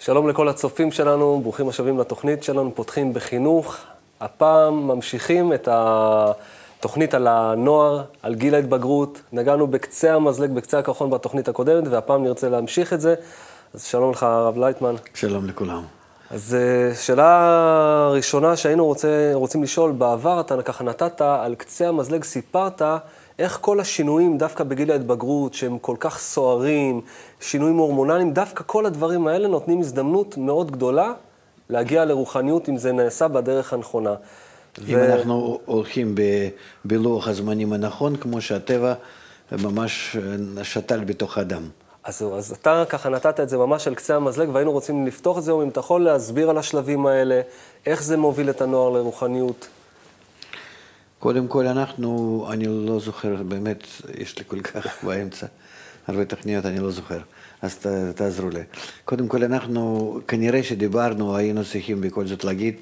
שלום לכל הצופים שלנו, ברוכים השבים לתוכנית שלנו, פותחים בחינוך. הפעם ממשיכים את התוכנית על הנוער, על גיל ההתבגרות. נגענו בקצה המזלג, בקצה הקרחון בתוכנית הקודמת, והפעם נרצה להמשיך את זה. אז שלום לך, הרב לייטמן. שלום לכולם. אז שאלה ראשונה שהיינו רוצים לשאול, בעבר אתה ככה נתת על קצה המזלג, סיפרת איך כל השינויים דווקא בגיל ההתבגרות, שהם כל כך סוערים, שינויים הורמונליים, דווקא כל הדברים האלה נותנים הזדמנות מאוד גדולה להגיע לרוחניות, אם זה נעשה בדרך הנכונה. אם אנחנו הולכים בלוח הזמנים הנכון, כמו שהטבע ממש שתל בתוך האדם. אז אתה ככה נתת את זה ממש על קצה המזלג, והיינו רוצים לפתוח את זה, אם אתה יכול להסביר על השלבים האלה, איך זה מוביל את הנוער לרוחניות. קודם כל אני לא זוכר, באמת, יש לי כל כך באמצע, הרבה תכניות אני לא זוכר, אז תעזרו לי. קודם כל כנראה שדיברנו, היינו צריכים בכל זאת להגיד,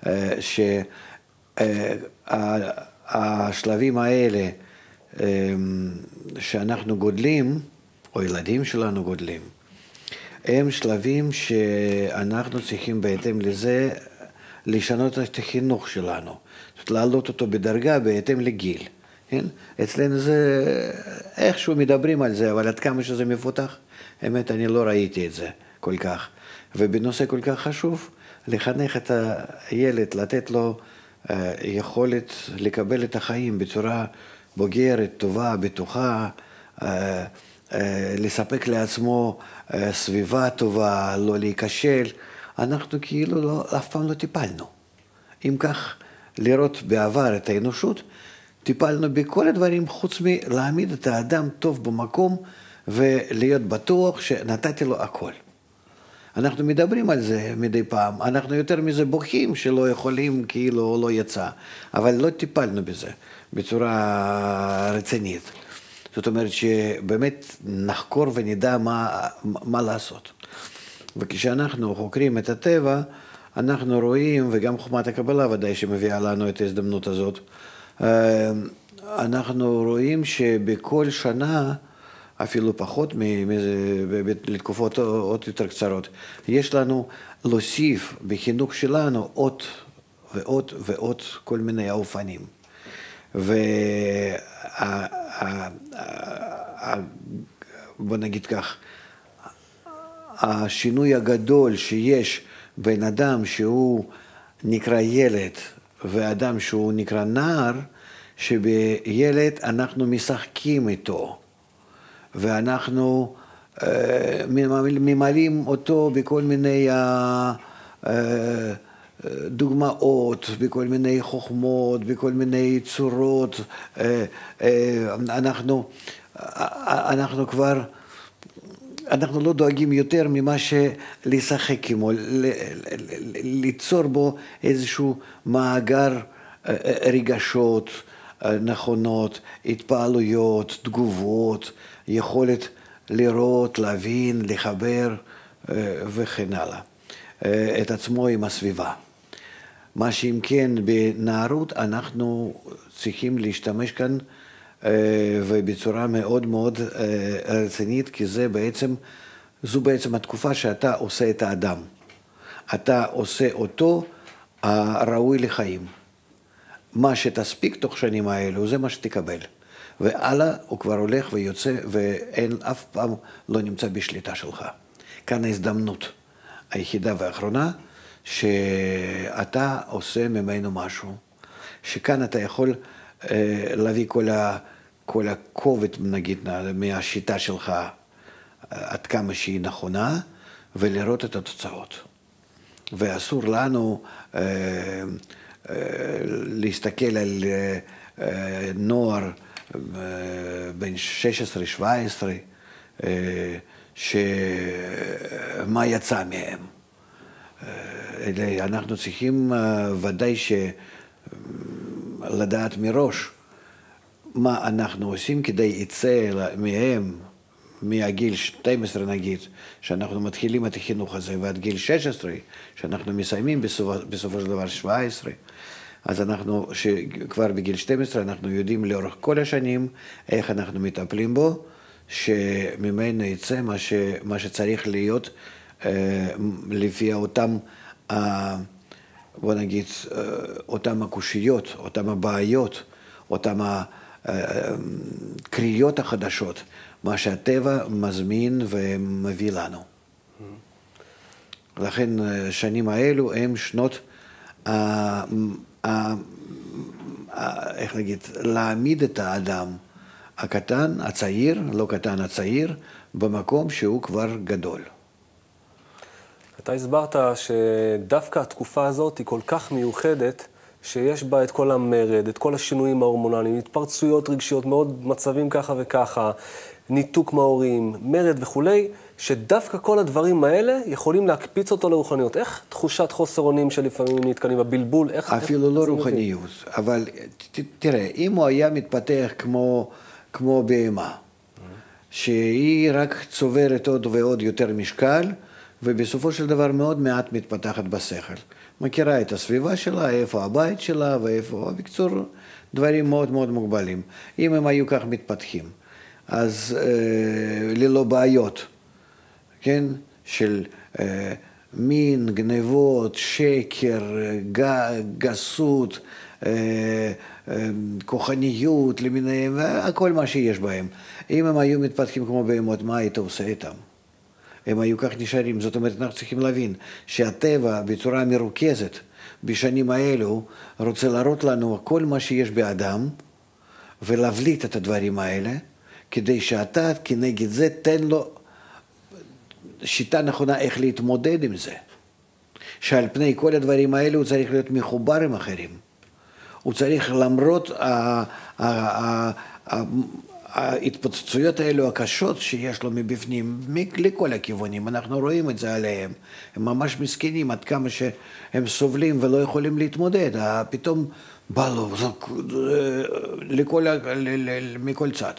שהשלבים האלה שאנחנו גודלים, או ילדים שלנו גודלים, הם שלבים שאנחנו צריכים בהתאם לזה לשנות את החינוך שלנו. להעלות אותו בדרגה בהתאם לגיל. כן? אצלנו זה, איכשהו מדברים על זה, אבל עד כמה שזה מפותח, האמת אני לא ראיתי את זה כל כך. ובנושא כל כך חשוב, לחנך את הילד, לתת לו יכולת לקבל את החיים בצורה בוגרת, טובה, בטוחה, לספק לעצמו סביבה טובה, לא להיכשל. אנחנו כאילו אף פעם לא טיפלנו. אם כך, לראות בעבר את האנושות, טיפלנו בכל הדברים חוץ מלהעמיד את האדם טוב במקום ולהיות בטוח שנתתי לו הכל. אנחנו מדברים על זה מדי פעם, אנחנו יותר מזה בוכים שלא יכולים, כאילו לא יצא, אבל לא טיפלנו בזה בצורה רצינית. זאת אומרת שבאמת נחקור ונדע מה לעשות. וכשאנחנו חוקרים את הטבע, אנחנו רואים, וגם חוכמת הקבלה ודאי שמביאה לנו את ההזדמנות הזאת, אנחנו רואים שבכל שנה, אפילו פחות לתקופות עוד יותר קצרות, יש לנו להוסיף בחינוך שלנו עוד ועוד ועוד כל מיני אופנים. בוא נגיד כך, השינוי הגדול שיש בין אדם שהוא נקרא ילד ואדם שהוא נקרא נער, שבילד אנחנו משחקים איתו ואנחנו ממלאים אותו בכל מיני דוגמאות, בכל מיני חוכמות, בכל מיני צורות. אנחנו לא דואגים יותר ממה שלשחק עמו, ליצור בו איזשהו מאגר רגשות נכונות, התפעלויות, תגובות, יכולת לראות, להבין, לחבר וכן הלאה, את עצמו עם הסביבה. מה שאם כן בנערות אנחנו צריכים להשתמש כאן ובצורה מאוד מאוד רצינית, כי זו בעצם התקופה שאתה עושה את האדם. אתה עושה אותו הראוי לחיים. מה שתספיק תוך שנים האלו, זה מה שתקבל. והלאה הוא כבר הולך ויוצא, ואין אף פעם לא נמצא בשליטה שלך. כאן ההזדמנות היחידה והאחרונה, שאתה עושה ממנו משהו. שכאן אתה יכול להביא כל הכובד, נגיד, מהשיטה שלך, עד כמה שהיא נכונה, ולראות את התוצאות. ואסור לנו להסתכל על נוער בין 16-17, שמה יצא מהם. אנחנו צריכים ודאי לדעת מראש מה אנחנו עושים כדי יצא מהם מהגיל 12 נגיד, שאנחנו מתחילים את החינוך הזה, ועד גיל 16, שאנחנו מסיימים בסופו של דבר 17, אז אנחנו, שכבר בגיל 12 אנחנו יודעים לאורך כל השנים איך אנחנו מטפלים בו, שממנו יצא מה שצריך להיות לפי אותם, בוא נגיד, אותם הקושיות, אותם הבעיות, אותם הקריאות החדשות, מה שהטבע מזמין ומביא לנו. לכן השנים האלו הם שנות, איך נגיד, להעמיד את האדם הקטן, הצעיר, לא קטן, הצעיר, במקום שהוא כבר גדול. אתה הסברת שדווקא התקופה הזאת היא כל כך מיוחדת, שיש בה את כל המרד, את כל השינויים ההורמונליים, התפרצויות רגשיות, מאוד מצבים ככה וככה, ניתוק מההורים, מרד וכולי, שדווקא כל הדברים האלה יכולים להקפיץ אותו לרוחניות. איך תחושת חוסר אונים שלפעמים נתקנים בבלבול? אפילו לא רוחניות, אבל תראה, אם הוא היה מתפתח כמו בהמה, שהיא רק צוברת עוד ועוד יותר משקל, ובסופו של דבר מאוד מעט מתפתחת בשכל. מכירה את הסביבה שלה, איפה הבית שלה ואיפה, בקצור, דברים מאוד מאוד מוגבלים. אם הם היו כך מתפתחים, אז ללא בעיות, כן? של מין, גנבות, שקר, גסות, כוחניות למיניהם, הכל מה שיש בהם. אם הם היו מתפתחים כמו בהמות, מה היית עושה איתם? הם היו כך נשארים. זאת אומרת, אנחנו צריכים להבין שהטבע בצורה מרוכזת בשנים האלו רוצה להראות לנו כל מה שיש באדם ולהבליט את הדברים האלה, כדי שאתה כנגד זה תן לו שיטה נכונה איך להתמודד עם זה. שעל פני כל הדברים האלו הוא צריך להיות מחובר עם אחרים. הוא צריך למרות ההתפוצצויות האלו הקשות שיש לו מבפנים, לכל הכיוונים, אנחנו רואים את זה עליהם. הם ממש מסכנים עד כמה שהם סובלים ולא יכולים להתמודד. פתאום בא לו מכל צד.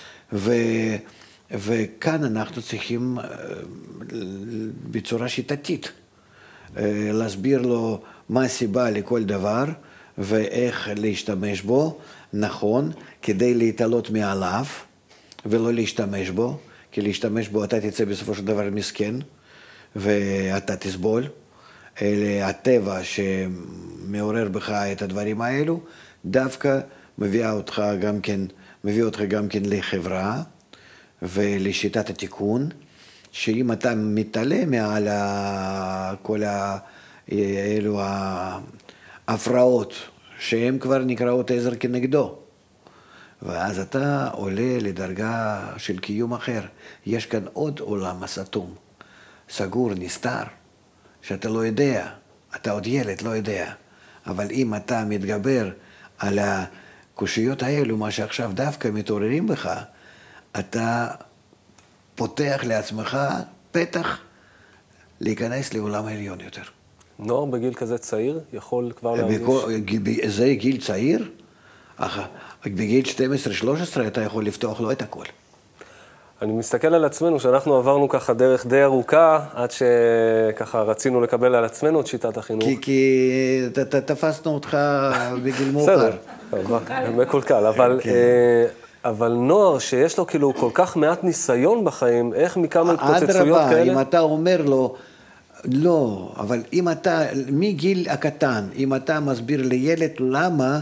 וכאן אנחנו צריכים בצורה שיטתית להסביר לו מה הסיבה לכל דבר ואיך להשתמש בו נכון, כדי להתעלות מעליו ולא להשתמש בו, כי להשתמש בו אתה תצא בסופו של דבר מסכן ואתה תסבול. אלה הטבע שמעורר בך את הדברים האלו, דווקא מביא אותך גם כן לחברה ולשיטת התיקון, שאם אתה מתעלה מעל כל אלו ההפרעות, שהן כבר נקראות עזר כנגדו, ואז אתה עולה לדרגה של קיום אחר. יש כאן עוד עולם הסתום, סגור, נסתר, שאתה לא יודע, אתה עוד ילד, לא יודע. אבל אם אתה מתגבר על הקושיות האלו, מה שעכשיו דווקא מתעוררים בך, אתה פותח לעצמך פתח להיכנס לעולם העליון יותר. נוער בגיל כזה צעיר יכול כבר להרגיש? זה גיל צעיר? בגיל 12-13 אתה יכול לפתוח לו את הכל. אני מסתכל על עצמנו שאנחנו עברנו ככה דרך די ארוכה, עד שככה רצינו לקבל על עצמנו את שיטת החינוך. כי תפסנו אותך בגיל מאוחר. בסדר, מקולקל, אבל נוער שיש לו כאילו כל כך מעט ניסיון בחיים, איך מכמה התפוצצויות כאלה? אם אתה אומר לו, לא, אבל אם אתה, מגיל הקטן, אם אתה מסביר לילד למה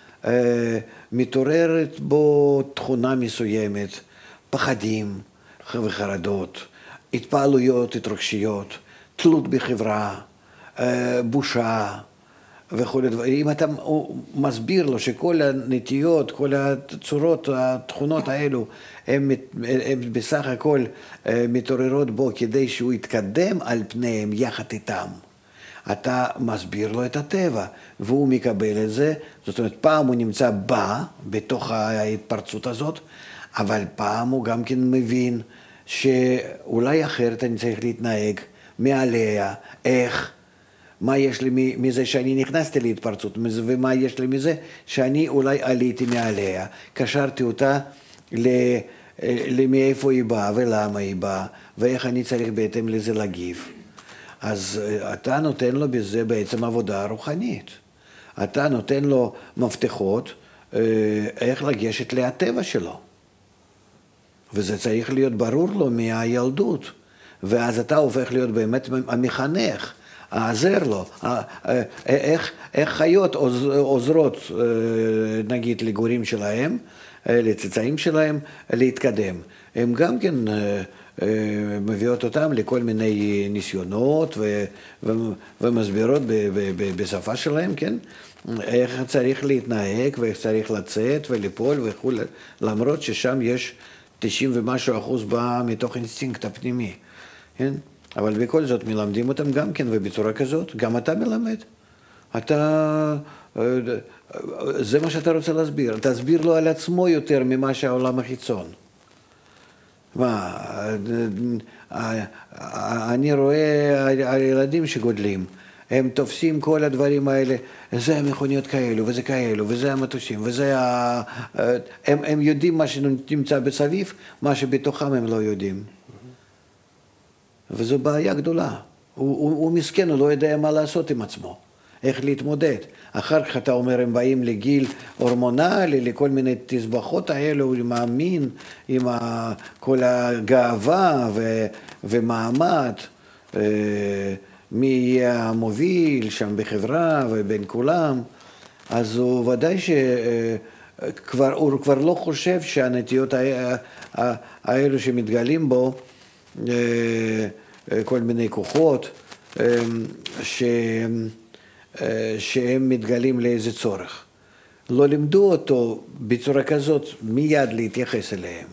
מתעוררת בו תכונה מסוימת, פחדים וחרדות, התפעלויות, התרגשויות, תלות בחברה, בושה וכל הדברים. אם אתה מסביר לו שכל הנטיות, כל הצורות, התכונות האלו, הן בסך הכל מתעוררות בו כדי שהוא יתקדם על פניהם יחד איתם. אתה מסביר לו את הטבע, והוא מקבל את זה. זאת אומרת, פעם הוא נמצא בתוך ההתפרצות הזאת, אבל פעם הוא גם כן מבין שאולי אחרת אני צריך להתנהג מעליה, איך, מה יש לי מזה שאני נכנסתי להתפרצות, ומה יש לי מזה שאני אולי עליתי מעליה, קשרתי אותה מאיפה היא באה ולמה היא באה, ואיך אני צריך בהתאם לזה להגיב. אז אתה נותן לו בזה בעצם עבודה רוחנית. אתה נותן לו מפתחות איך לגשת להטבע שלו. וזה צריך להיות ברור לו מהילדות. ואז אתה הופך להיות באמת המחנך, העזר לו, איך חיות עוזרות, נגיד, לגורים שלהם, לצאצאים שלהם, להתקדם. הם גם כן מביאות אותם לכל מיני ניסיונות ומסבירות בשפה שלהם, כן? איך צריך להתנהג ואיך צריך לצאת ולפעול וכו', למרות ששם יש 90% ומשהו בא מתוך אינסטינקט הפנימי, כן? אבל בכל זאת מלמדים אותם גם כן, ובצורה כזאת, גם אתה מלמד. אתה, זה מה שאתה רוצה להסביר. תסביר לו על עצמו יותר ממה שהעולם החיצון. מה, אני רואה הילדים שגודלים, הם תופסים כל הדברים האלה, זה המכוניות כאלו, וזה כאלו, וזה המטושים, וזה הם יודעים מה שנמצא בסביב, מה שבתוכם הם לא יודעים. וזו בעיה גדולה. הוא מסכן, הוא לא יודע מה לעשות עם עצמו, איך להתמודד. אחר כך אתה אומר, הם באים לגיל הורמונלי, לכל מיני תסבוכות האלו, עם המין, עם כל הגאווה ומעמד, מי יהיה המוביל שם בחברה ובין כולם. אז הוא ודאי שהוא כבר לא חושב שהנטיות האלו שמתגלים בו, כל מיני כוחות שהם מתגלים לאיזה צורך. לא לימדו אותו בצורה כזאת מיד להתייחס אליהם,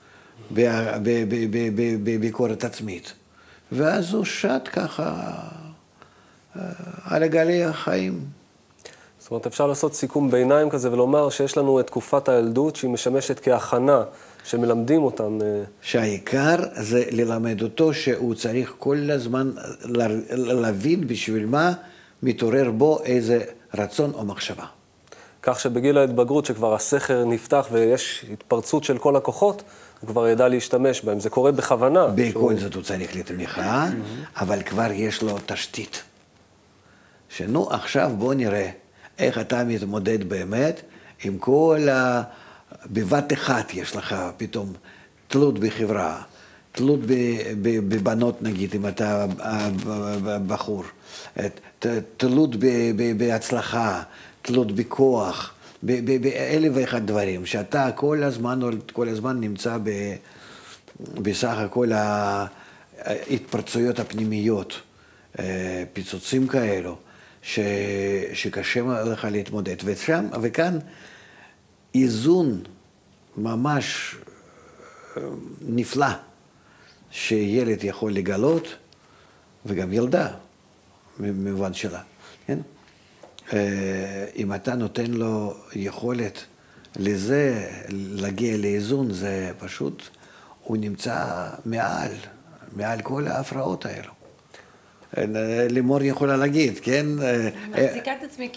בביקורת עצמית. ואז הוא שט ככה על גלי החיים. זאת אומרת, אפשר לעשות סיכום ביניים כזה ולומר שיש לנו את תקופת הילדות שהיא משמשת כהכנה, שמלמדים אותם. שהעיקר זה ללמד אותו שהוא צריך כל הזמן להבין בשביל מה מתעורר בו איזה רצון או מחשבה. כך שבגיל ההתבגרות שכבר הסכר נפתח ויש התפרצות של כל הכוחות, הוא כבר ידע להשתמש בהם. זה קורה בכוונה. בכל זאת הוא צריך לתמיכה, אבל כבר יש לו תשתית. שנו, עכשיו בוא נראה איך אתה מתמודד באמת עם כל בבת אחת יש לך פתאום תלות בחברה, תלות בבנות נגיד, אם אתה בחור, תלות בהצלחה, תלות בכוח, באלף ואחד דברים, שאתה כל הזמן נמצא בסך הכל ההתפרצויות הפנימיות, פיצוצים כאלו, שקשה לך להתמודד. וכאן איזון ממש נפלא שילד יכול לגלות, וגם ילדה, במובן שלה, כן? אם אתה נותן לו יכולת לזה, להגיע לאיזון, זה פשוט, הוא נמצא מעל כל ההפרעות האלו. לימור יכולה להגיד, כן? מחזיקה את עצמי,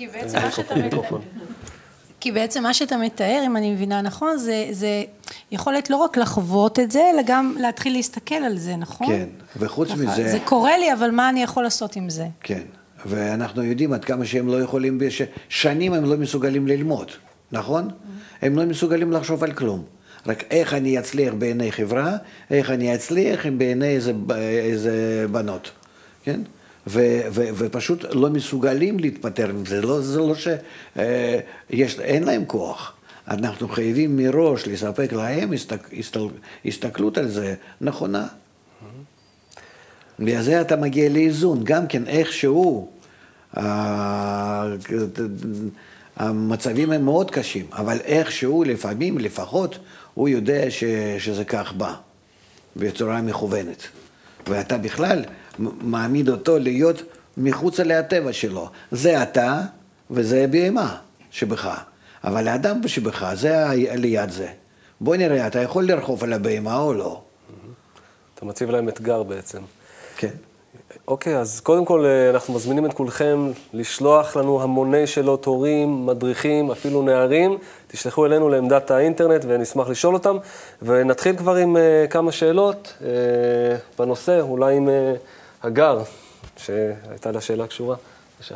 כי בעצם מה שאתה מתאר, אם אני מבינה נכון, זה יכולת לא רק לחוות את זה, אלא גם להתחיל להסתכל על זה, נכון? כן, וחוץ מזה... זה קורה לי, אבל מה אני יכול לעשות עם זה? כן, ואנחנו יודעים עד כמה שהם לא יכולים, שנים הם לא מסוגלים ללמוד, נכון? הם לא מסוגלים לחשוב על כלום. רק איך אני אצליח בעיני חברה, איך אני אצליח בעיני איזה בנות, כן? ופשוט לא מסוגלים להתפטר מזה, זה לא אין להם כוח. אנחנו חייבים מראש לספק להם הסתכלות על זה נכונה. וזה אתה מגיע לאיזון, גם כן איכשהו, המצבים הם מאוד קשים, אבל איכשהו לפעמים, לפחות, הוא יודע שזה כך בא, בצורה מכוונת. ואתה בכלל מעמיד אותו להיות מחוץ לטבע שלו. זה אתה וזה בהמה שבך. אבל האדם שבך זה ליד זה. בוא נראה, אתה יכול לרחוב על הבהמה או לא? אתה מציב להם אתגר בעצם. כן. אוקיי, אז קודם כל אנחנו מזמינים את כולכם לשלוח לנו המוני שאלות הורים, מדריכים, אפילו נערים. תשלחו אלינו לעמדת האינטרנט ונשמח לשאול אותם. ונתחיל כבר עם כמה שאלות בנושא, אולי עם הגר, שהייתה לה שאלה קשורה. בבקשה.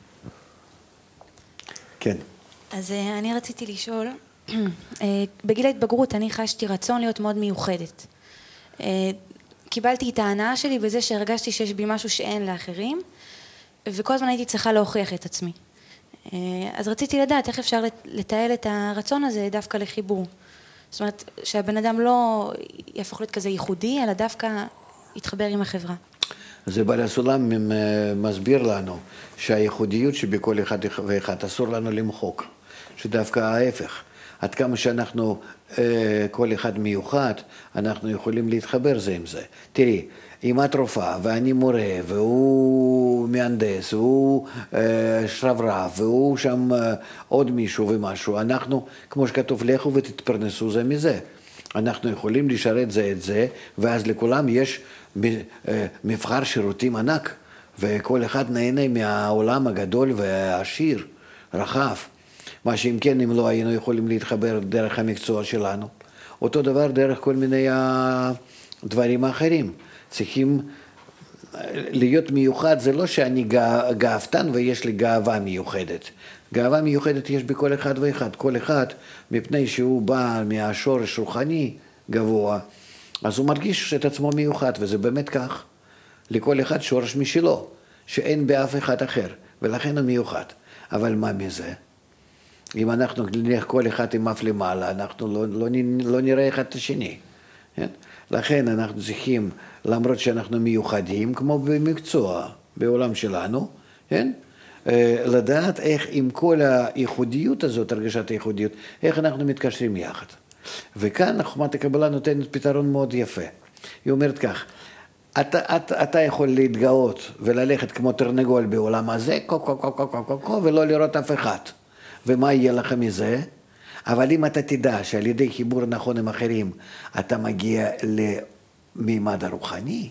כן. אז אני רציתי לשאול, בגיל ההתבגרות אני חשתי רצון להיות מאוד מיוחדת. קיבלתי את ההנאה שלי בזה שהרגשתי שיש בי משהו שאין לאחרים, וכל הזמן הייתי צריכה להוכיח את עצמי. אז רציתי לדעת איך אפשר לתעל את הרצון הזה דווקא לחיבור. זאת אומרת, שהבן אדם לא יהפוך להיות כזה ייחודי, אלא דווקא יתחבר עם החברה. זה בעל הסולם מסביר לנו שהייחודיות שבכל אחד ואחד אסור לנו למחוק, שדווקא ההפך. עד כמה שאנחנו, כל אחד מיוחד, אנחנו יכולים להתחבר זה עם זה. תראי, אם את רופאה ואני מורה והוא מהנדס והוא שרברב והוא שם עוד מישהו ומשהו, אנחנו, כמו שכתוב, לכו ותתפרנסו זה מזה. אנחנו יכולים לשרת זה את זה, ואז לכולם יש מבחר שירותים ענק, וכל אחד נהנה מהעולם הגדול והעשיר, רחב. מה שאם כן, אם לא היינו יכולים להתחבר דרך המקצוע שלנו. אותו דבר דרך כל מיני דברים האחרים. צריכים להיות מיוחד, זה לא שאני גאוותן ויש לי גאווה מיוחדת. גאווה מיוחדת יש בכל אחד ואחד. כל אחד, מפני שהוא בא מהשורש רוחני גבוה, אז הוא מרגיש את עצמו מיוחד, וזה באמת כך. לכל אחד שורש משלו, שאין באף אחד אחר, ולכן הוא מיוחד. אבל מה מזה? אם אנחנו נלך כל אחד עם אף למעלה, אנחנו לא נראה אחד את השני. כן? לכן אנחנו צריכים, למרות שאנחנו מיוחדים, כמו במקצוע, בעולם שלנו, כן? לדעת איך עם כל הייחודיות הזאת, הרגשת הייחודיות, איך אנחנו מתקשרים יחד. וכאן חוכמת הקבלה נותנת פתרון מאוד יפה. היא אומרת כך, אתה יכול להתגאות וללכת כמו תרנגול בעולם הזה, ולא לראות אף אחד. ומה יהיה לך מזה? אבל אם אתה תדע שעל ידי חיבור נכון עם אחרים, אתה מגיע למימד הרוחני,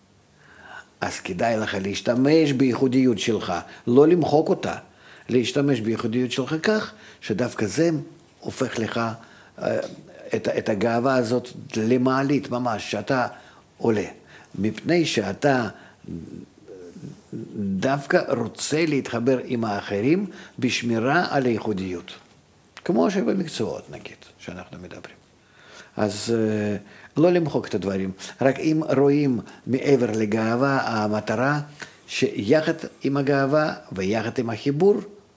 אז כדאי לך להשתמש בייחודיות שלך, לא למחוק אותה, להשתמש בייחודיות שלך כך, שדווקא זה הופך לך את הגאווה הזאת למעלית ממש, שאתה עולה. מפני שאתה דווקא רוצה להתחבר עם האחרים בשמירה על הייחודיות. כמו שבמקצועות נגיד, שאנחנו מדברים. אז לא למחוק את הדברים. רק אם רואים מעבר לגאווה, המטרה שיחד עם הגאווה ויחד עם החיבור,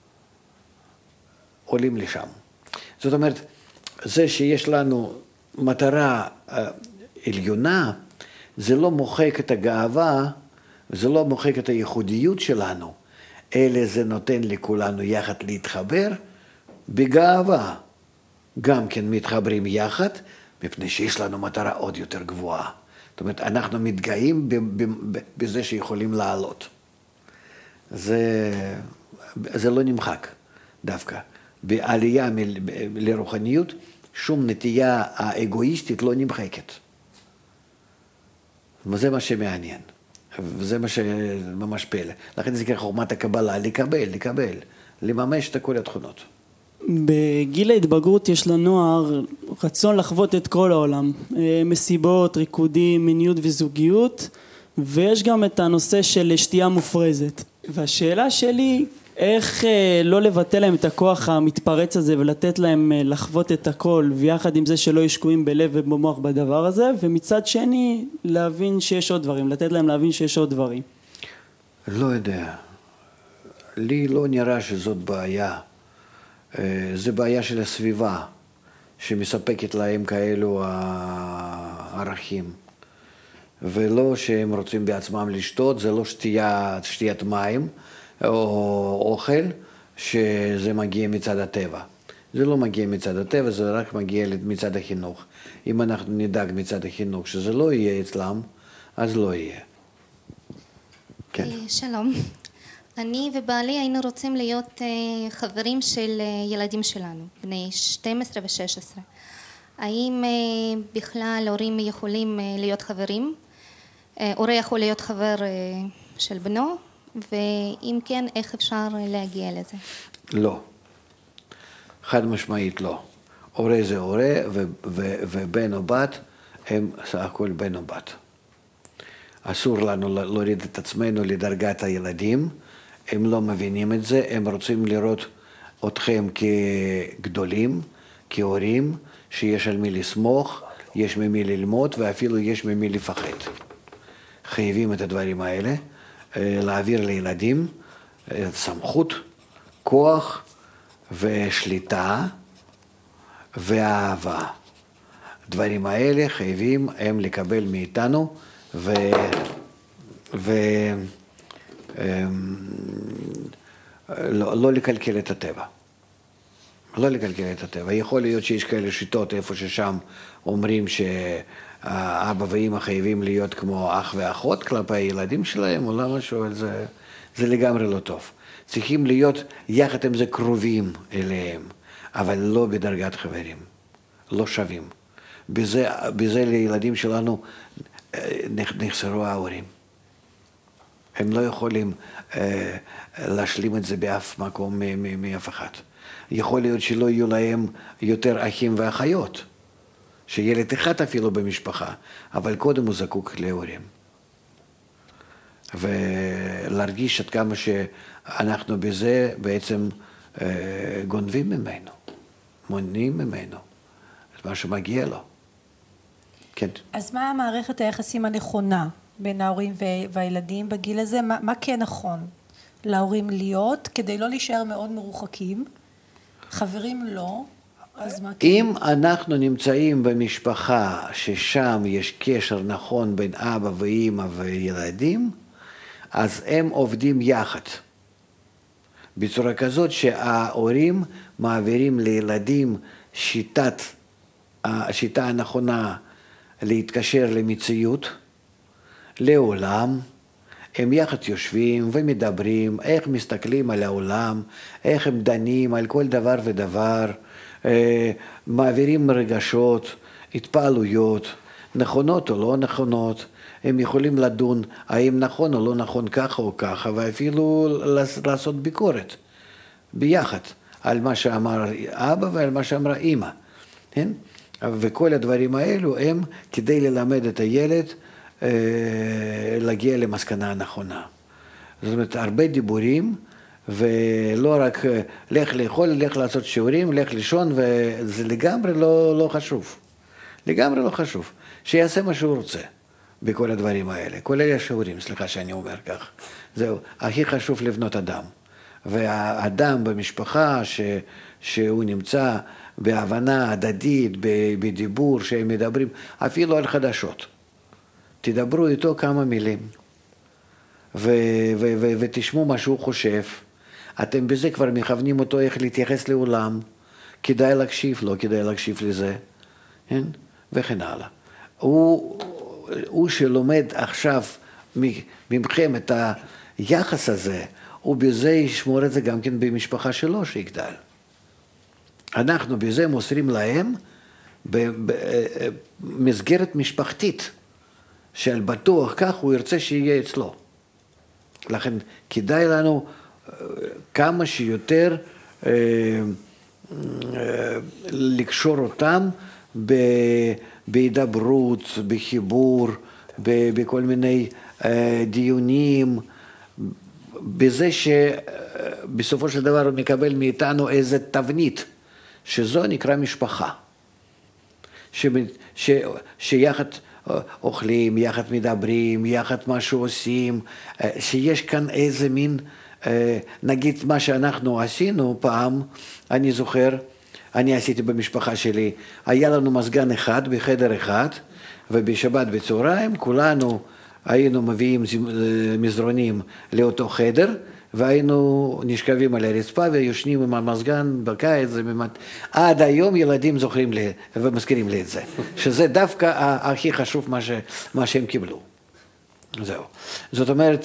עולים לשם. זאת אומרת, זה שיש לנו מטרה עליונה, זה לא מוחק את הגאווה, זה לא מוחק את הייחודיות שלנו, אלא זה נותן לכולנו יחד להתחבר בגאווה. גם כן מתחברים יחד, מפני שיש לנו מטרה עוד יותר גבוהה. זאת אומרת, אנחנו מתגאים בזה שיכולים לעלות. זה לא נמחק דווקא. בעלייה לרוחניות, שום נטייה האגואיסטית לא נמחקת. וזה מה שמעניין. וזה מה שממש פלא. לכן זה נקרא חוכמת הקבלה, לקבל, לממש את כל התכונות. בגיל ההתבגרות יש לנוער רצון לחוות את כל העולם. מסיבות, ריקודים, מיניות וזוגיות, ויש גם את הנושא של שתייה מופרזת. והשאלה שלי, איך לא לבטל להם את הכוח המתפרץ הזה ולתת להם לחוות את הכל, ויחד עם זה שלא ישקועים בלב ובמוח בדבר הזה, ומצד שני להבין שיש עוד דברים, לתת להם להבין שיש עוד דברים. לא יודע. לי לא נראה שזאת בעיה. זה בעיה של הסביבה, שמספקת להם כאלו הערכים. ולא שהם רוצים בעצמם לשתות, זה לא שתיית מים, או אוכל, שזה מגיע מצד הטבע. זה לא מגיע מצד הטבע, זה רק מגיע מצד החינוך. אם אנחנו נדאג מצד החינוך שזה לא יהיה אצלם, אז לא יהיה. כן. שלום. אני ובעלי היינו רוצים להיות חברים של ילדים שלנו, בני 12 ו-16. האם בכלל הורים יכולים להיות חברים? הורה יכול להיות חבר של בנו? ואם כן, איך אפשר להגיע לזה? לא. חד משמעית לא. הורה זה הורה, ובן או בת הם סך הכל בן או בת. אסור לנו להוריד את עצמנו לדרגת הילדים, הם לא מבינים את זה, הם רוצים לראות אתכם כגדולים, כהורים, שיש על מי לסמוך, יש ממי ללמוד ואפילו יש ממי לפחד. חייבים את הדברים האלה, להעביר לילדים סמכות, כוח ושליטה ואהבה. הדברים האלה חייבים הם לקבל מאיתנו לא לקלקל את הטבע. לא לקלקל את הטבע. יכול להיות שיש כאלה שיטות איפה ששם אומרים שאבא ואמא חייבים להיות כמו אח ואחות כלפי הילדים שלהם, או לא משהו, אבל זה לגמרי לא טוב. צריכים להיות יחד עם זה קרובים אליהם, אבל לא בדרגת חברים, לא שווים. בזה לילדים שלנו נחסרו ההורים. הם לא יכולים להשלים את זה באף מקום מאף אחד. יכול להיות שלא יהיו להם יותר אחים ואחיות, שילד אחד אפילו במשפחה, אבל קודם הוא זקוק להורים. ולהרגיש עד כמה שאנחנו בזה בעצם גונבים ממנו, מונעים ממנו את מה שמגיע לו. כן. אז מה מערכת היחסים הנכונה בין ההורים והילדים בגיל הזה? מה כן נכון להורים להיות כדי לא להישאר מאוד מרוחקים? חברים לא, אז מה כן? אם אנחנו נמצאים במשפחה ששם יש קשר נכון בין אבא ואמא וילדים, אז הם עובדים יחד. בצורה כזאת שההורים מעבירים לילדים שיטה הנכונה להתקשר למציאות, לעולם. הם יחד יושבים ומדברים, איך מסתכלים על העולם, איך הם דנים על כל דבר ודבר, מעבירים רגשות, התפעלויות, נכונות או לא נכונות. הם יכולים לדון האם נכון או לא נכון ככה או ככה, ואפילו לעשות ביקורת ביחד על מה שאמר אבא ועל מה שאמרה אמא. כן? וכל הדברים האלו הם כדי ללמד את הילד להגיע למסקנה הנכונה. זאת אומרת, הרבה דיבורים, ולא רק לך לאכול, לך לעשות שיעורים, לך לישון, וזה לגמרי לא חשוב. לגמרי לא חשוב. שיעשה מה שהוא רוצה בכל הדברים האלה. כולל השיעורים, סליחה שאני אומר כך. זהו, הכי חשוב לבנות אדם. והאדם במשפחה שהוא נמצא בהבנה הדדית, בדיבור שהם מדברים, אפילו על חדשות. תדברו איתו כמה מילים, ותשמעו מה שהוא חושב. אתם בזה כבר מכוונים אותו איך להתייחס לעולם. כדאי להקשיב, לא כדאי להקשיב לזה, כן? וכן הלאה. הוא שלומד עכשיו ממכם את היחס הזה, הוא בזה ישמור את זה גם כן במשפחה שלו שיגדל. אנחנו בזה מוסרים להם במסגרת משפחתית, של בטוח כך הוא ירצה שיהיה אצלו. לכן כדאי לנו כמה שיותר לקשור אותם בהידברות, בחיבור, בכל מיני דיונים, בזה שבסופו של דבר הוא מקבל מאיתנו איזה תבנית, שזו נקרא משפחה. שיחד אוכלים, יחד מדברים, יחד משהו עושים, שיש כאן איזה מין, נגיד מה שאנחנו עשינו פעם, אני זוכר, אני עשיתי במשפחה שלי, היה לנו מזגן אחד בחדר אחד, ובשבת בצהריים כולנו היינו מביאים מזרונים לאותו חדר, והיינו נשכבים על הרצפה ויושנים עם המזגן בקיץ, עד היום ילדים זוכרים לי ומזכירים לי את זה, שזה דווקא הכי חשוב מה שהם קיבלו. זהו. זאת אומרת,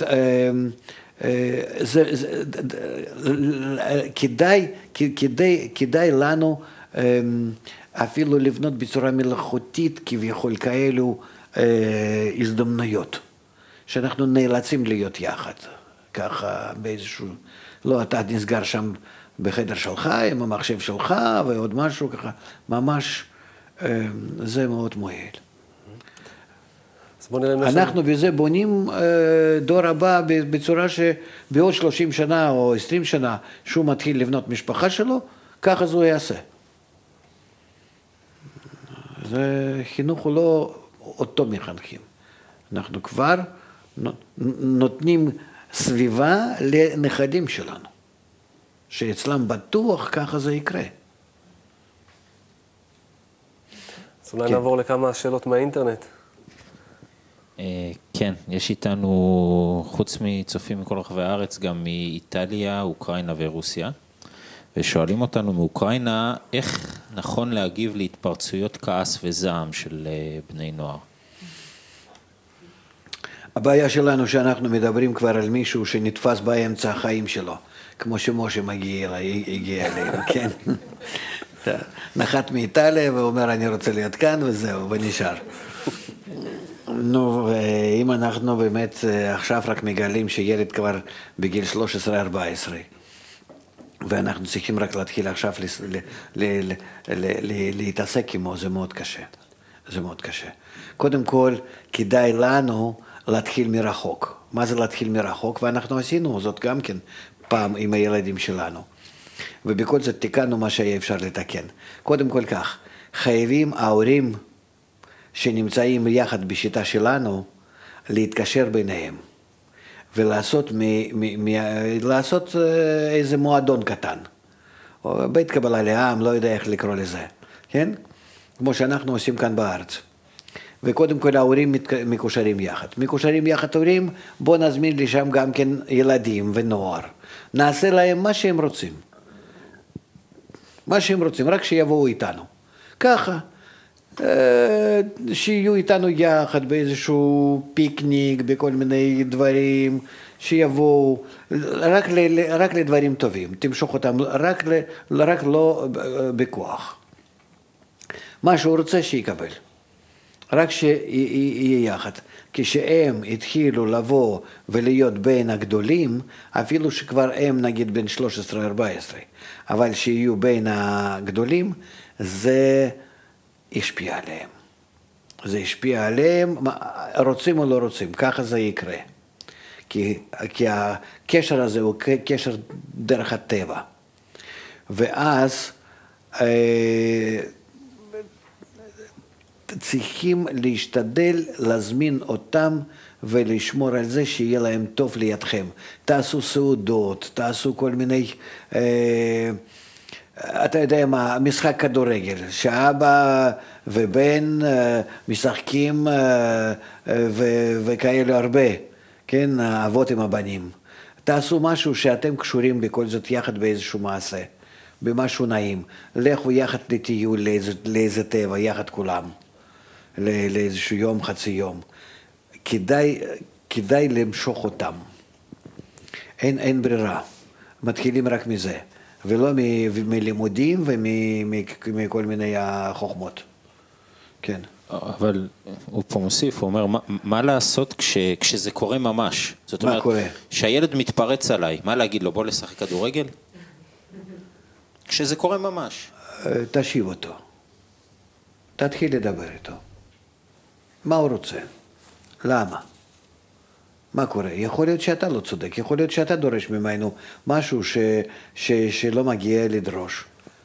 כדאי לנו אפילו לבנות בצורה מלאכותית כביכול כאלו הזדמנויות, שאנחנו נאלצים להיות יחד. ככה באיזשהו, לא, אתה נסגר שם בחדר שלך, עם המחשב שלך ועוד משהו ככה, ממש זה מאוד מועיל. אנחנו בזה בונים דור הבא בצורה שבעוד 30 שנה או 20 שנה שהוא מתחיל לבנות משפחה שלו, ככה זה הוא יעשה. זה חינוך הוא לא אותו מחנכים. אנחנו כבר נותנים סביבה לנכדים שלנו, שאצלם בטוח ככה זה יקרה. אז אולי נעבור לכמה שאלות מהאינטרנט. כן, יש איתנו, חוץ מצופים מכל רחבי הארץ, גם מאיטליה, אוקראינה ורוסיה. ושואלים אותנו מאוקראינה, איך נכון להגיב להתפרצויות כעס וזעם של בני נוער? הבעיה שלנו שאנחנו מדברים כבר על מישהו שנתפס באמצע החיים שלו, כמו שמשה הגיע אלינו, כן? נחת מאיטליה ואומר אני רוצה להיות כאן וזהו, ונשאר. נו, אם אנחנו באמת עכשיו רק מגלים שילד כבר בגיל 13-14, ואנחנו צריכים רק להתחיל עכשיו להתעסק עמו, זה מאוד קשה. זה מאוד קשה. קודם כל, כדאי לנו להתחיל מרחוק. מה זה להתחיל מרחוק? ואנחנו עשינו זאת גם כן פעם עם הילדים שלנו. ובכל זאת תיקנו מה שהיה אפשר לתקן. קודם כל כך, חייבים ההורים שנמצאים יחד בשיטה שלנו להתקשר ביניהם. ולעשות לעשות איזה מועדון קטן, או בית קבלה לעם, לא יודע איך לקרוא לזה, כן? כמו שאנחנו עושים כאן בארץ. וקודם כל ההורים מקושרים יחד. מקושרים יחד הורים, בוא נזמין לשם גם כן ילדים ונוער. נעשה להם מה שהם רוצים. מה שהם רוצים, רק שיבואו איתנו. ככה. שיהיו איתנו יחד באיזשהו פיקניק, בכל מיני דברים, שיבואו רק לדברים טובים, תמשוך אותם, רק לא בכוח. מה שהוא רוצה שיקבל, רק שיהיה יחד. כשהם התחילו לבוא ולהיות בין הגדולים, אפילו שכבר הם נגיד בין 13-14, אבל שיהיו בין הגדולים, זה השפיע עליהם. זה השפיע עליהם, רוצים או לא רוצים, ככה זה יקרה. כי הקשר הזה הוא קשר דרך הטבע. ואז צריכים להשתדל להזמין אותם ולשמור על זה שיהיה להם טוב לידכם. תעשו סעודות, תעשו כל מיני... אתה יודע מה, משחק כדורגל, שאבא ובן משחקים וכאלה הרבה, כן, אבות עם הבנים. תעשו משהו שאתם קשורים בכל זאת יחד באיזשהו מעשה, במשהו נעים. לכו יחד לטיול, לאיזה טבע, יחד כולם, לאיזשהו יום, חצי יום. כדאי למשוך אותם. אין ברירה, מתחילים רק מזה. ולא מלימודים ומכל מיני חוכמות. כן. אבל הוא פה מוסיף, הוא אומר, מה לעשות כשזה קורה ממש? זאת אומרת, שהילד מתפרץ עליי, מה להגיד לו, בוא לשחק כדורגל? כשזה קורה ממש. תשיב אותו. תתחיל לדבר איתו. מה הוא רוצה? למה? מה קורה? יכול להיות שאתה לא צודק, יכול להיות שאתה דורש ממנו משהו שלא מגיע לדרוש.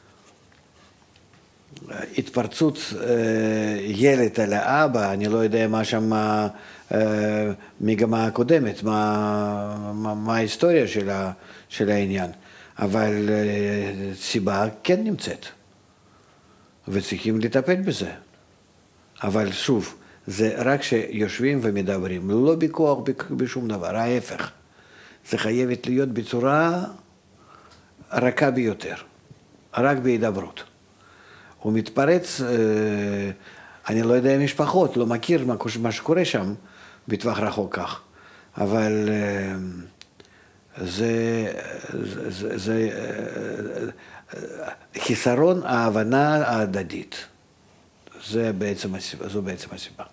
התפרצות ילד על האבא, אני לא יודע מה שם מגמה הקודמת, מה ההיסטוריה של העניין, אבל סיבה כן נמצאת, וצריכים לטפל בזה. אבל שוב, זה רק שיושבים ומדברים, לא בכוח בשום דבר, ההפך. זה חייבת להיות בצורה רכה ביותר, רק בהידברות. הוא מתפרץ, אני לא יודע משפחות, לא מכיר מה שקורה שם בטווח רחוק כך, אבל זה חיסרון ההבנה ההדדית. זו בעצם הסיבה.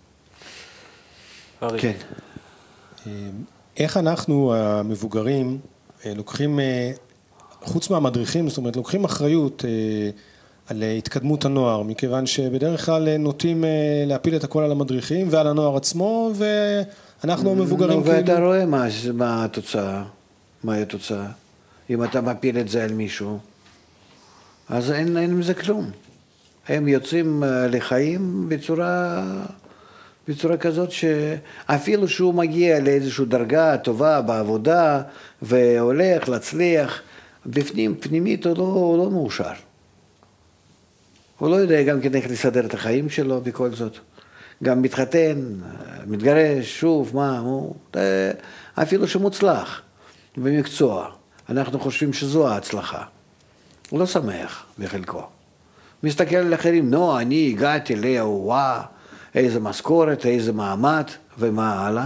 כן. איך אנחנו המבוגרים לוקחים, חוץ מהמדריכים, זאת אומרת, לוקחים אחריות על התקדמות הנוער, מכיוון שבדרך כלל נוטים להפיל את הכל על המדריכים ועל הנוער עצמו, ואנחנו המבוגרים כאילו... ואתה רואה מה התוצאה, מהי התוצאה. אם אתה מפיל את זה על מישהו, אז אין עם זה כלום. הם יוצאים לחיים בצורה כזאת שאפילו שהוא מגיע לאיזושהי דרגה טובה בעבודה והולך להצליח, בפנים, פנימית הוא לא מאושר. הוא לא יודע גם כן איך לסדר את החיים שלו בכל זאת. גם מתחתן, מתגרש, שוב, הוא אפילו שמוצלח במקצוע. אנחנו חושבים שזו ההצלחה. הוא לא שמח בחלקו. מסתכל על אחרים, אני הגעתי וואו, איזה משכורת, איזה מעמד, ומה הלאה.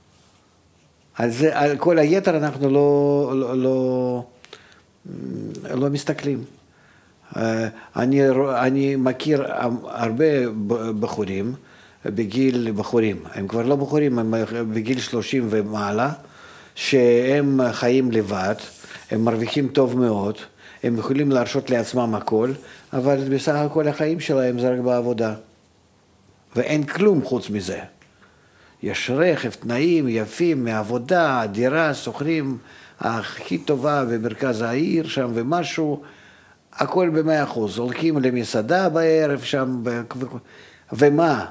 על כל היתר אנחנו לא מסתכלים. אני מכיר הרבה בחורים, הם כבר לא בחורים, הם בגיל 30 ומעלה, שהם חיים לבד, הם מרוויחים טוב מאוד, הם יכולים להרשות לעצמם הכל, אבל בסך הכל החיים שלהם זה רק בעבודה. ואין כלום חוץ מזה. יש רכב, תנאים יפים מעבודה, דירה, שוכרים הכי טובה במרכז העיר שם ומשהו, הכל ב100%. הולכים למסעדה בערב שם, ומה?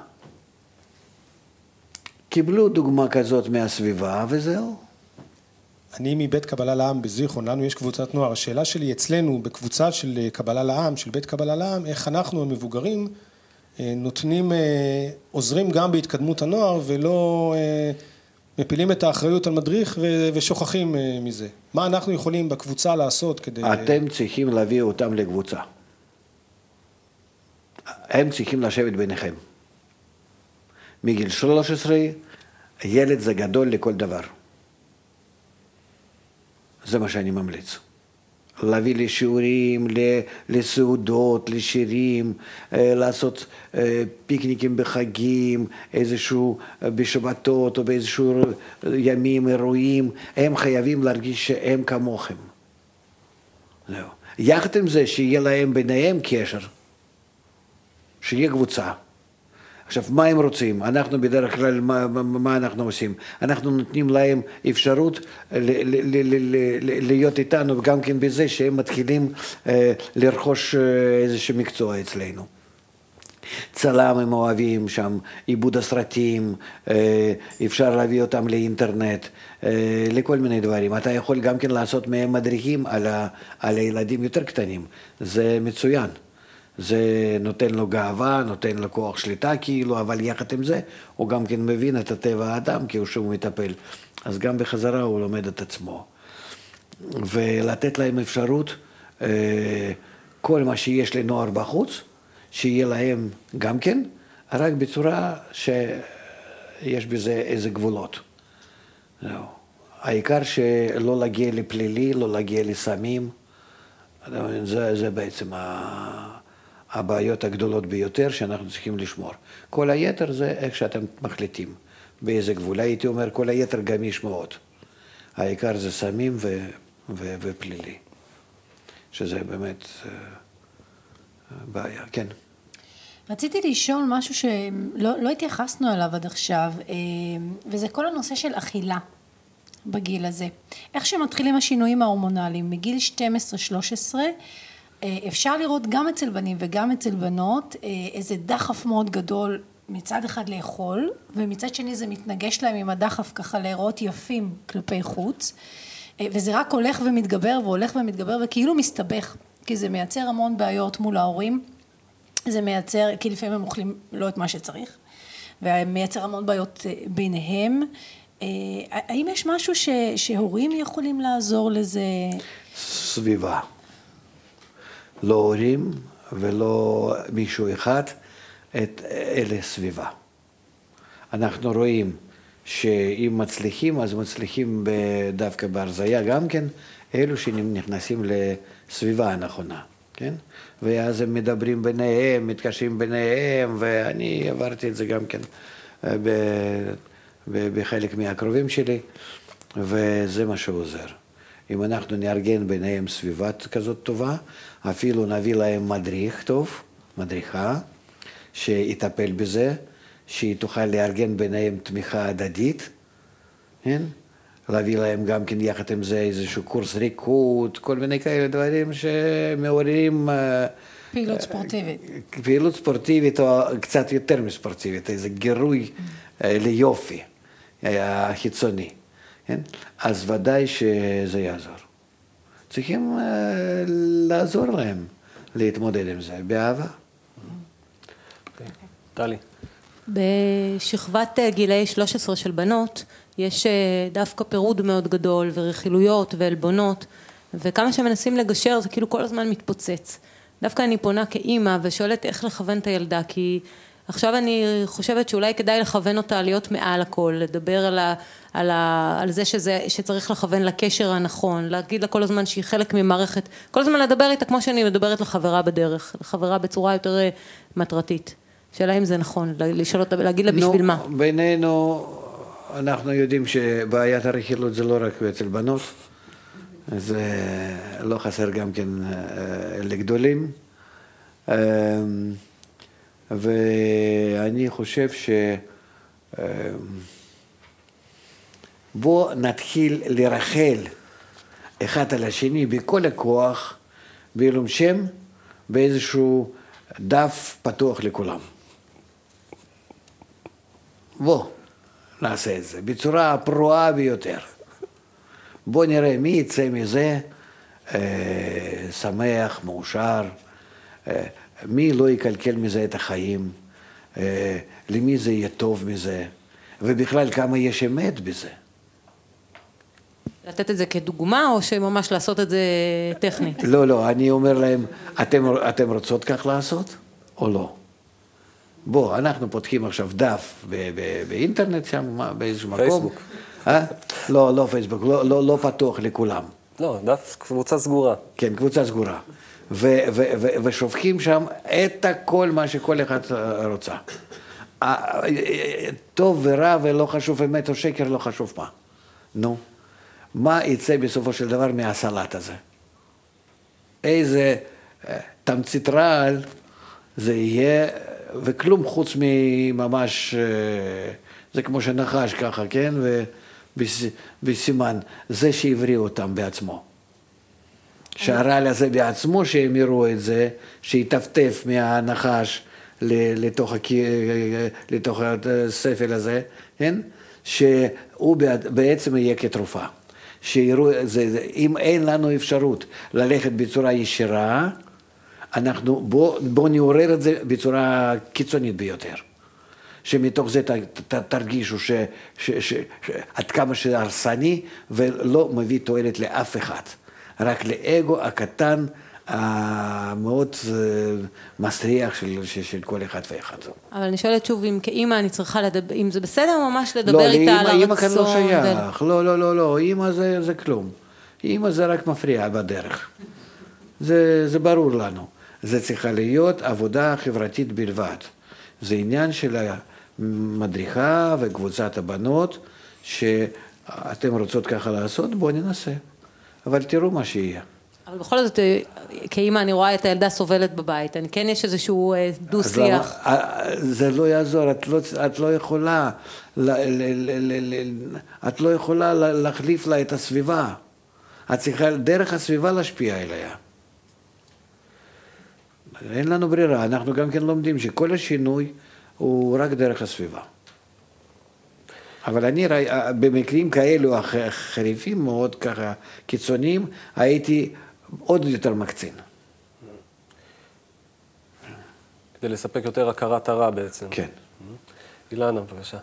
קיבלו דוגמה כזאת מהסביבה וזהו. אני מבית קבלה לעם בזיכרון, לנו יש קבוצת נוער. השאלה שלי אצלנו בקבוצה של קבלה לעם, של בית קבלה לעם, איך אנחנו המבוגרים נותנים, עוזרים גם בהתקדמות הנוער ולא מפילים את האחריות על מדריך ושוכחים מזה. מה אנחנו יכולים בקבוצה לעשות כדי... אתם צריכים להביא אותם לקבוצה. הם צריכים לשבת ביניכם. מגיל 13, ילד זה גדול לכל דבר. זה מה שאני ממליץ. להביא לשיעורים, לסעודות, לשירים, לעשות פיקניקים בחגים, איזשהו בשבתות או באיזשהו ימים, אירועים. הם חייבים להרגיש שהם כמוכם. זהו. יחד עם זה שיהיה להם ביניהם קשר, שיהיה קבוצה. עכשיו, מה הם רוצים? אנחנו בדרך כלל, מה אנחנו עושים? אנחנו נותנים להם אפשרות להיות איתנו, גם כן בזה שהם מתחילים לרכוש איזשהו מקצוע אצלנו. צלם הם אוהבים שם, עיבוד הסרטים, אפשר להביא אותם לאינטרנט, לכל מיני דברים. אתה יכול גם כן לעשות מהם מדריכים על הילדים יותר קטנים. זה מצוין. זה נותן לו גאווה, נותן לו כוח שליטה כאילו, אבל יחד עם זה הוא גם כן מבין את הטבע האדם כי הוא מטפל. אז גם בחזרה הוא לומד את עצמו. ולתת להם אפשרות, כל מה שיש לנוער בחוץ, שיהיה להם גם כן, רק בצורה שיש בזה איזה גבולות. העיקר שלא להגיע לפלילי, לא להגיע לסמים, זה בעצם הבעיות הגדולות ביותר שאנחנו צריכים לשמור. כל היתר זה איך שאתם מחליטים, באיזה גבול. הייתי אומר, כל היתר גמיש מאוד. העיקר זה סמים ופלילי, שזה באמת בעיה. כן. רציתי לשאול משהו שלא התייחסנו אליו עד עכשיו, וזה כל הנושא של אכילה בגיל הזה. איך שמתחילים השינויים ההורמונליים, מגיל 12-13, אפשר לראות גם אצל בנים וגם אצל בנות איזה דחף מאוד גדול מצד אחד לאכול, ומצד שני זה מתנגש להם עם הדחף ככה להיראות יפים כלפי חוץ, וזה רק הולך ומתגבר והולך ומתגבר וכאילו מסתבך, כי זה מייצר המון בעיות מול ההורים, זה מייצר, כי לפעמים הם אוכלים לא את מה שצריך, ומייצר המון בעיות ביניהם. האם יש משהו שהורים יכולים לעזור לזה? סביבה. לא הורים ולא מישהו אחד, אלה סביבה. אנחנו רואים שאם מצליחים, אז מצליחים דווקא בהרזיה גם כן, אלו שנכנסים לסביבה הנכונה, כן? ואז הם מדברים ביניהם, מתקשרים ביניהם, ואני עברתי את זה גם כן בחלק מהקרובים שלי, וזה מה שעוזר. אם אנחנו נארגן ביניהם סביבה כזאת טובה, אפילו נביא להם מדריך טוב, מדריכה, שיטפל בזה, שהיא תוכל לארגן ביניהם תמיכה הדדית, כן? להביא להם גם כן יחד עם זה איזשהו קורס ריקוד, כל מיני כאלה דברים שמעוררים פעילות ספורטיבית. פעילות ספורטיבית או קצת יותר מספורטיבית, איזה גירוי ליופי החיצוני, כן? אז ודאי שזה יעזור. צריכים לעזור להם להתמודד עם זה, באהבה. טלי. בשכבת גילאי 13 של בנות יש דווקא פירוד מאוד גדול ורכילויות ועלבונות, וכמה שמנסים לגשר זה כאילו כל הזמן מתפוצץ. דווקא אני פונה כאימא ושואלת איך לכוון את הילדה, כי עכשיו אני חושבת שאולי כדאי לכוון אותה להיות מעל הכל, לדבר על זה שצריך לכוון לקשר הנכון, להגיד לה כל הזמן שהיא חלק ממערכת, כל הזמן לדבר איתה כמו שאני מדברת לחברה בדרך, לחברה בצורה יותר מטרתית. שאלה אם זה נכון, לשאול אותה, להגיד לה בשביל מה. בינינו, אנחנו יודעים שבעיית הרכילות זה לא רק אצל בנות, זה לא חסר גם כן לגדולים. ואני חושב בוא נתחיל לרחל אחד על השני בכל הכוח, בעילום שם, באיזשהו דף פתוח לכולם. בוא נעשה את זה בצורה הפרועה ביותר. בוא נראה מי יצא מזה שמח, מאושר, מי לא יקלקל מזה את החיים, למי זה יהיה טוב מזה, ובכלל כמה יש אמת בזה. לתת את זה כדוגמה או שממש לעשות את זה טכנית? לא, אני אומר להם, אתם רוצות כך לעשות או לא? בוא, אנחנו פותחים עכשיו דף באינטרנט שם, באיזשהו מקום. פייסבוק. לא פייסבוק, לא פתוח לכולם. לא, דף קבוצה סגורה. כן, קבוצה סגורה. ושופכים שם את הכל מה שכל אחד רוצה. טוב ורע ולא חשוב אמת או שקר, לא חשוב מה. נו, מה יצא בסופו של דבר מהסלט הזה? איזה תמצית רעל זה יהיה, וכלום חוץ מממש, זה כמו שנחש ככה, כן? ובסימן, זה שהבריא אותם בעצמו. שהרעל הזה בעצמו שהם יראו את זה, שיטפטף מהנחש לתוך הספל הזה, כן? שהוא בעצם יהיה כתרופה. שיראו, אם אין לנו אפשרות ללכת בצורה ישירה, בוא נעורר את זה בצורה קיצונית ביותר. שמתוך זה תרגישו עד כמה שהרסני ולא מביא תועלת לאף אחד. רק לאגו הקטן המאוד מסריח של כל אחד ואחד. אבל אני שואלת שוב, אם כאימא אני צריכה לדבר, אם זה בסדר ממש לדבר איתה על הרצון? לא, לאמא כאן לא שייך. לא, אמא זה כלום. אמא זה רק מפריע בדרך. זה ברור לנו. זה צריכה להיות עבודה חברתית בלבד. זה עניין של המדריכה וקבוצת הבנות, שאתם רוצות ככה לעשות, בואו ננסה. אבל תראו מה שיהיה. אבל בכל זאת, כאמא אני רואה את הילדה סובלת בבית, אני כן יש איזשהו דו-שיח. זה לא יעזור, את לא יכולה, את לא יכולה להחליף לה את הסביבה. את צריכה דרך הסביבה להשפיע אליה. אין לנו ברירה, אנחנו גם כן לומדים שכל השינוי הוא רק דרך הסביבה. אבל אני במקרים כאלו חריפים מאוד, ככה קיצוניים, הייתי עוד יותר מקצין. כדי לספק יותר הכרת הרע בעצם. כן. אילנה, בבקשה.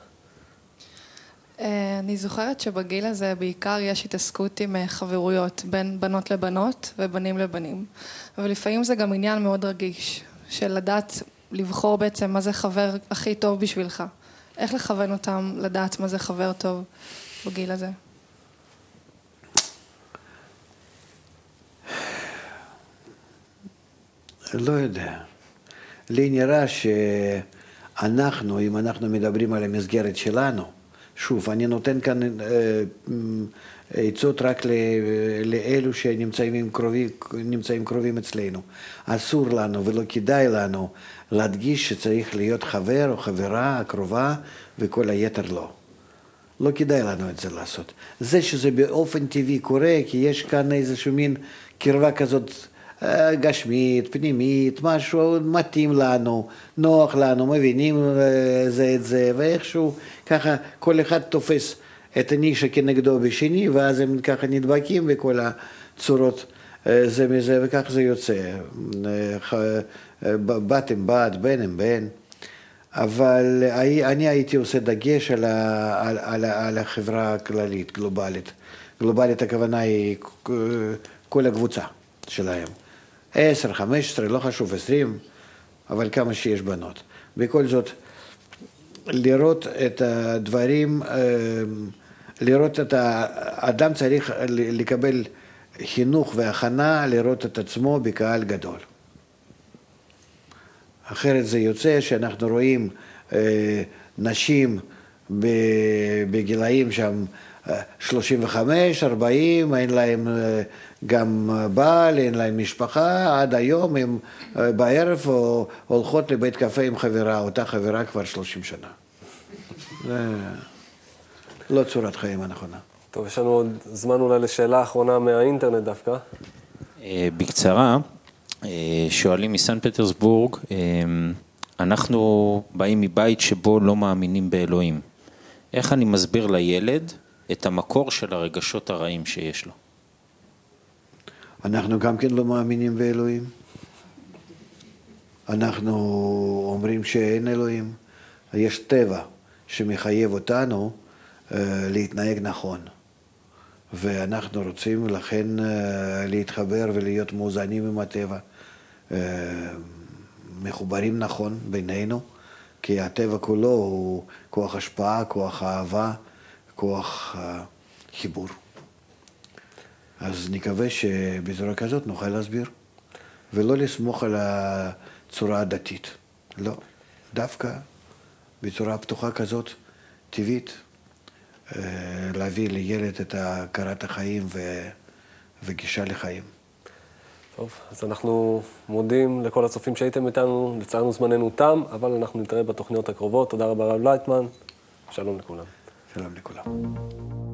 אני זוכרת שבגיל הזה בעיקר יש התעסקות עם חברויות בין בנות לבנות ובנים לבנים. אבל לפעמים זה גם עניין מאוד רגיש, של לדעת לבחור בעצם מה זה חבר הכי טוב בשבילך. איך לכוון אותם לדעת מה זה חבר טוב בגיל הזה? לא יודע. לי נראה שאנחנו, אם אנחנו מדברים על המסגרת שלנו, שוב, אני נותן כאן עצות רק לאלו שנמצאים קרובים אצלנו. אסור לנו ולא כדאי לנו להדגיש שצריך להיות חבר או חברה הקרובה וכל היתר לא. לא כדאי לנו את זה לעשות. זה שזה באופן טבעי קורה, כי יש כאן איזשהו מין קרבה כזאת גשמית, פנימית, משהו מתאים לנו, נוח לנו, מבינים זה את זה, ואיכשהו ככה כל אחד תופס את הנישה כנגדו בשני, ואז הם ככה נדבקים בכל הצורות זה מזה, וכך זה יוצא. בת עם בת, בן עם בן. אבל אני הייתי עושה דגש על החברה הכללית, גלובלית. גלובלית הכוונה היא כל הקבוצה שלהם. 10, 15, לא חשוב 20, אבל כמה שיש בנות. בכל זאת, לראות את הדברים, לראות את האדם צריך לקבל חינוך והכנה, לראות את עצמו בקהל גדול. אחרת זה יוצא שאנחנו רואים נשים בגילאים שם 35, 40, אין להם גם בעל, אין להם משפחה, עד היום הם בערב הולכות לבית קפה עם חברה, אותה חברה כבר 30 שנה. זה לא צורת חיים הנכונה. טוב, יש לנו עוד זמן אולי לשאלה אחרונה מהאינטרנט דווקא. בקצרה, שואלים מסן פטרסבורג, אנחנו באים מבית שבו לא מאמינים באלוהים. איך אני מסביר לילד את המקור של הרגשות הרעים שיש לו? אנחנו גם כן לא מאמינים באלוהים. אנחנו אומרים שאין אלוהים. יש טבע שמחייב אותנו להתנהג נכון. ואנחנו רוצים לכן להתחבר ולהיות מאוזנים עם הטבע. מחוברים נכון בינינו, כי הטבע כולו הוא כוח השפעה, כוח אהבה, כוח חיבור. אז נקווה שבצורה כזאת נוכל להסביר, ולא לסמוך על הצורה הדתית. לא, דווקא בצורה פתוחה כזאת, טבעית, להביא לילד את הכרת החיים וגישה לחיים. טוב, אז אנחנו מודים לכל הצופים שהייתם איתנו, לצערנו זמננו תם, אבל אנחנו נתראה בתוכניות הקרובות. תודה רבה רב לייטמן, שלום לכולם. שלום לכולם.